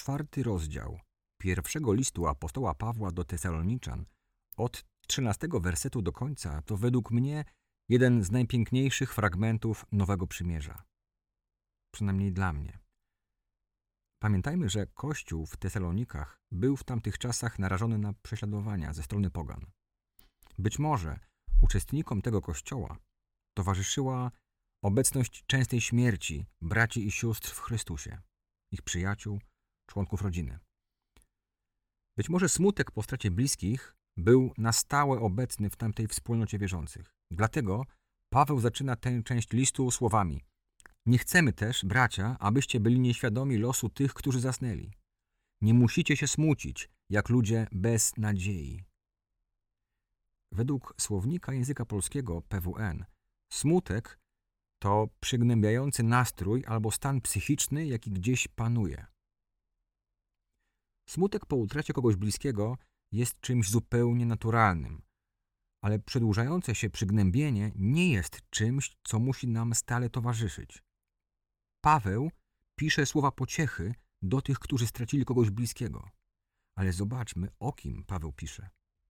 4 rozdział pierwszego listu apostoła Pawła do Tesaloniczan od 13 wersetu do końca to według mnie jeden z najpiękniejszych fragmentów Nowego Przymierza. Przynajmniej dla mnie. Pamiętajmy, że Kościół w Tesalonikach był w tamtych czasach narażony na prześladowania ze strony pogan. Być może uczestnikom tego kościoła towarzyszyła obecność częstej śmierci braci i sióstr w Chrystusie, ich przyjaciół, członków rodziny. Być może smutek po stracie bliskich był na stałe obecny w tamtej wspólnocie wierzących. Dlatego Paweł zaczyna tę część listu słowami: nie chcemy też, bracia, abyście byli nieświadomi losu tych, którzy zasnęli. Nie musicie się smucić, jak ludzie bez nadziei. Według słownika języka polskiego PWN, smutek to przygnębiający nastrój albo stan psychiczny, jaki gdzieś panuje. Smutek po utracie kogoś bliskiego jest czymś zupełnie naturalnym, ale przedłużające się przygnębienie nie jest czymś, co musi nam stale towarzyszyć. Paweł pisze słowa pociechy do tych, którzy stracili kogoś bliskiego. Ale zobaczmy, o kim Paweł pisze.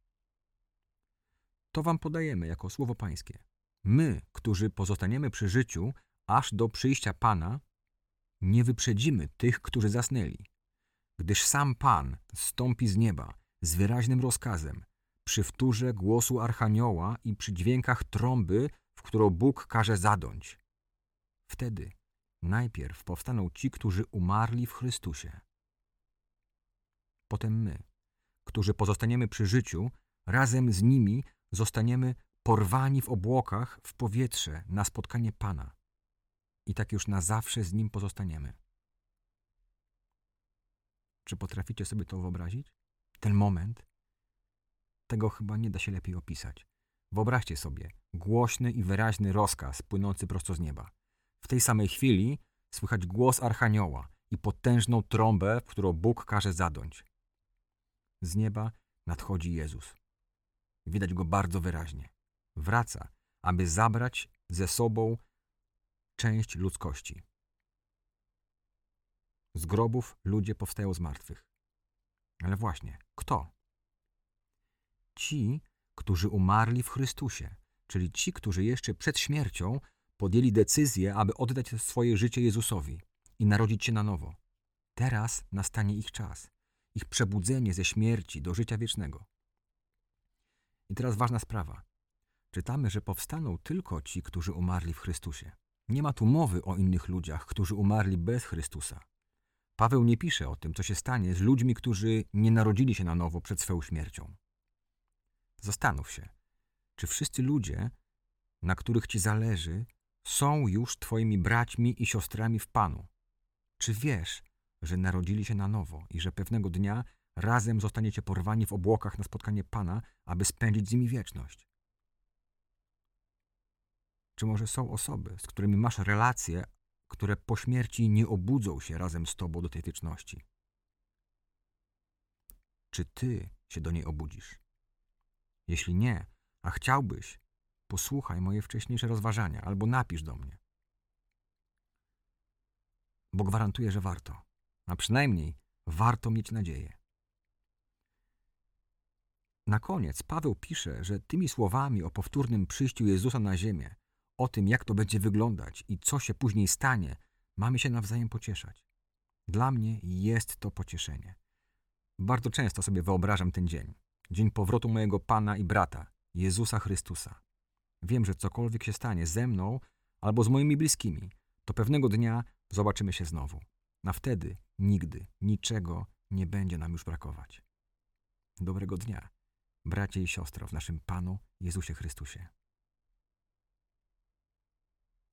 To wam podajemy jako słowo pańskie. My, którzy pozostaniemy przy życiu aż do przyjścia Pana, nie wyprzedzimy tych, którzy zasnęli. Gdyż sam Pan zstąpi z nieba z wyraźnym rozkazem, przy wtórze głosu archanioła i przy dźwiękach trąby, w którą Bóg każe zadąć. Wtedy najpierw powstaną ci, którzy umarli w Chrystusie. Potem my, którzy pozostaniemy przy życiu, razem z nimi zostaniemy porwani w obłokach w powietrze na spotkanie Pana. I tak już na zawsze z Nim pozostaniemy. Czy potraficie sobie to wyobrazić? Ten moment? Tego chyba nie da się lepiej opisać. Wyobraźcie sobie głośny i wyraźny rozkaz płynący prosto z nieba. W tej samej chwili słychać głos archanioła i potężną trąbę, w którą Bóg każe zadąć. Z nieba nadchodzi Jezus. Widać Go bardzo wyraźnie. Wraca, aby zabrać ze sobą część ludzkości. Z grobów ludzie powstają z martwych. Ale właśnie, kto? Ci, którzy umarli w Chrystusie, czyli ci, którzy jeszcze przed śmiercią podjęli decyzję, aby oddać swoje życie Jezusowi i narodzić się na nowo. Teraz nastanie ich czas, ich przebudzenie ze śmierci do życia wiecznego. I teraz ważna sprawa. Czytamy, że powstaną tylko ci, którzy umarli w Chrystusie. Nie ma tu mowy o innych ludziach, którzy umarli bez Chrystusa. Paweł nie pisze o tym, co się stanie z ludźmi, którzy nie narodzili się na nowo przed swoją śmiercią. Zastanów się, czy wszyscy ludzie, na których ci zależy, są już twoimi braćmi i siostrami w Panu? Czy wiesz, że narodzili się na nowo i że pewnego dnia razem zostaniecie porwani w obłokach na spotkanie Pana, aby spędzić z nimi wieczność? Czy może są osoby, z którymi masz relacje, które po śmierci nie obudzą się razem z tobą do tej wieczności? Czy ty się do niej obudzisz? Jeśli nie, a chciałbyś, posłuchaj moje wcześniejsze rozważania albo napisz do mnie. Bo gwarantuję, że warto. A przynajmniej warto mieć nadzieję. Na koniec Paweł pisze, że tymi słowami o powtórnym przyjściu Jezusa na ziemię, o tym, jak to będzie wyglądać i co się później stanie, mamy się nawzajem pocieszać. Dla mnie jest to pocieszenie. Bardzo często sobie wyobrażam ten dzień. Dzień powrotu mojego Pana i brata, Jezusa Chrystusa. Wiem, że cokolwiek się stanie ze mną albo z moimi bliskimi, to pewnego dnia zobaczymy się znowu. A wtedy nigdy niczego nie będzie nam już brakować. Dobrego dnia, bracie i siostro w naszym Panu Jezusie Chrystusie.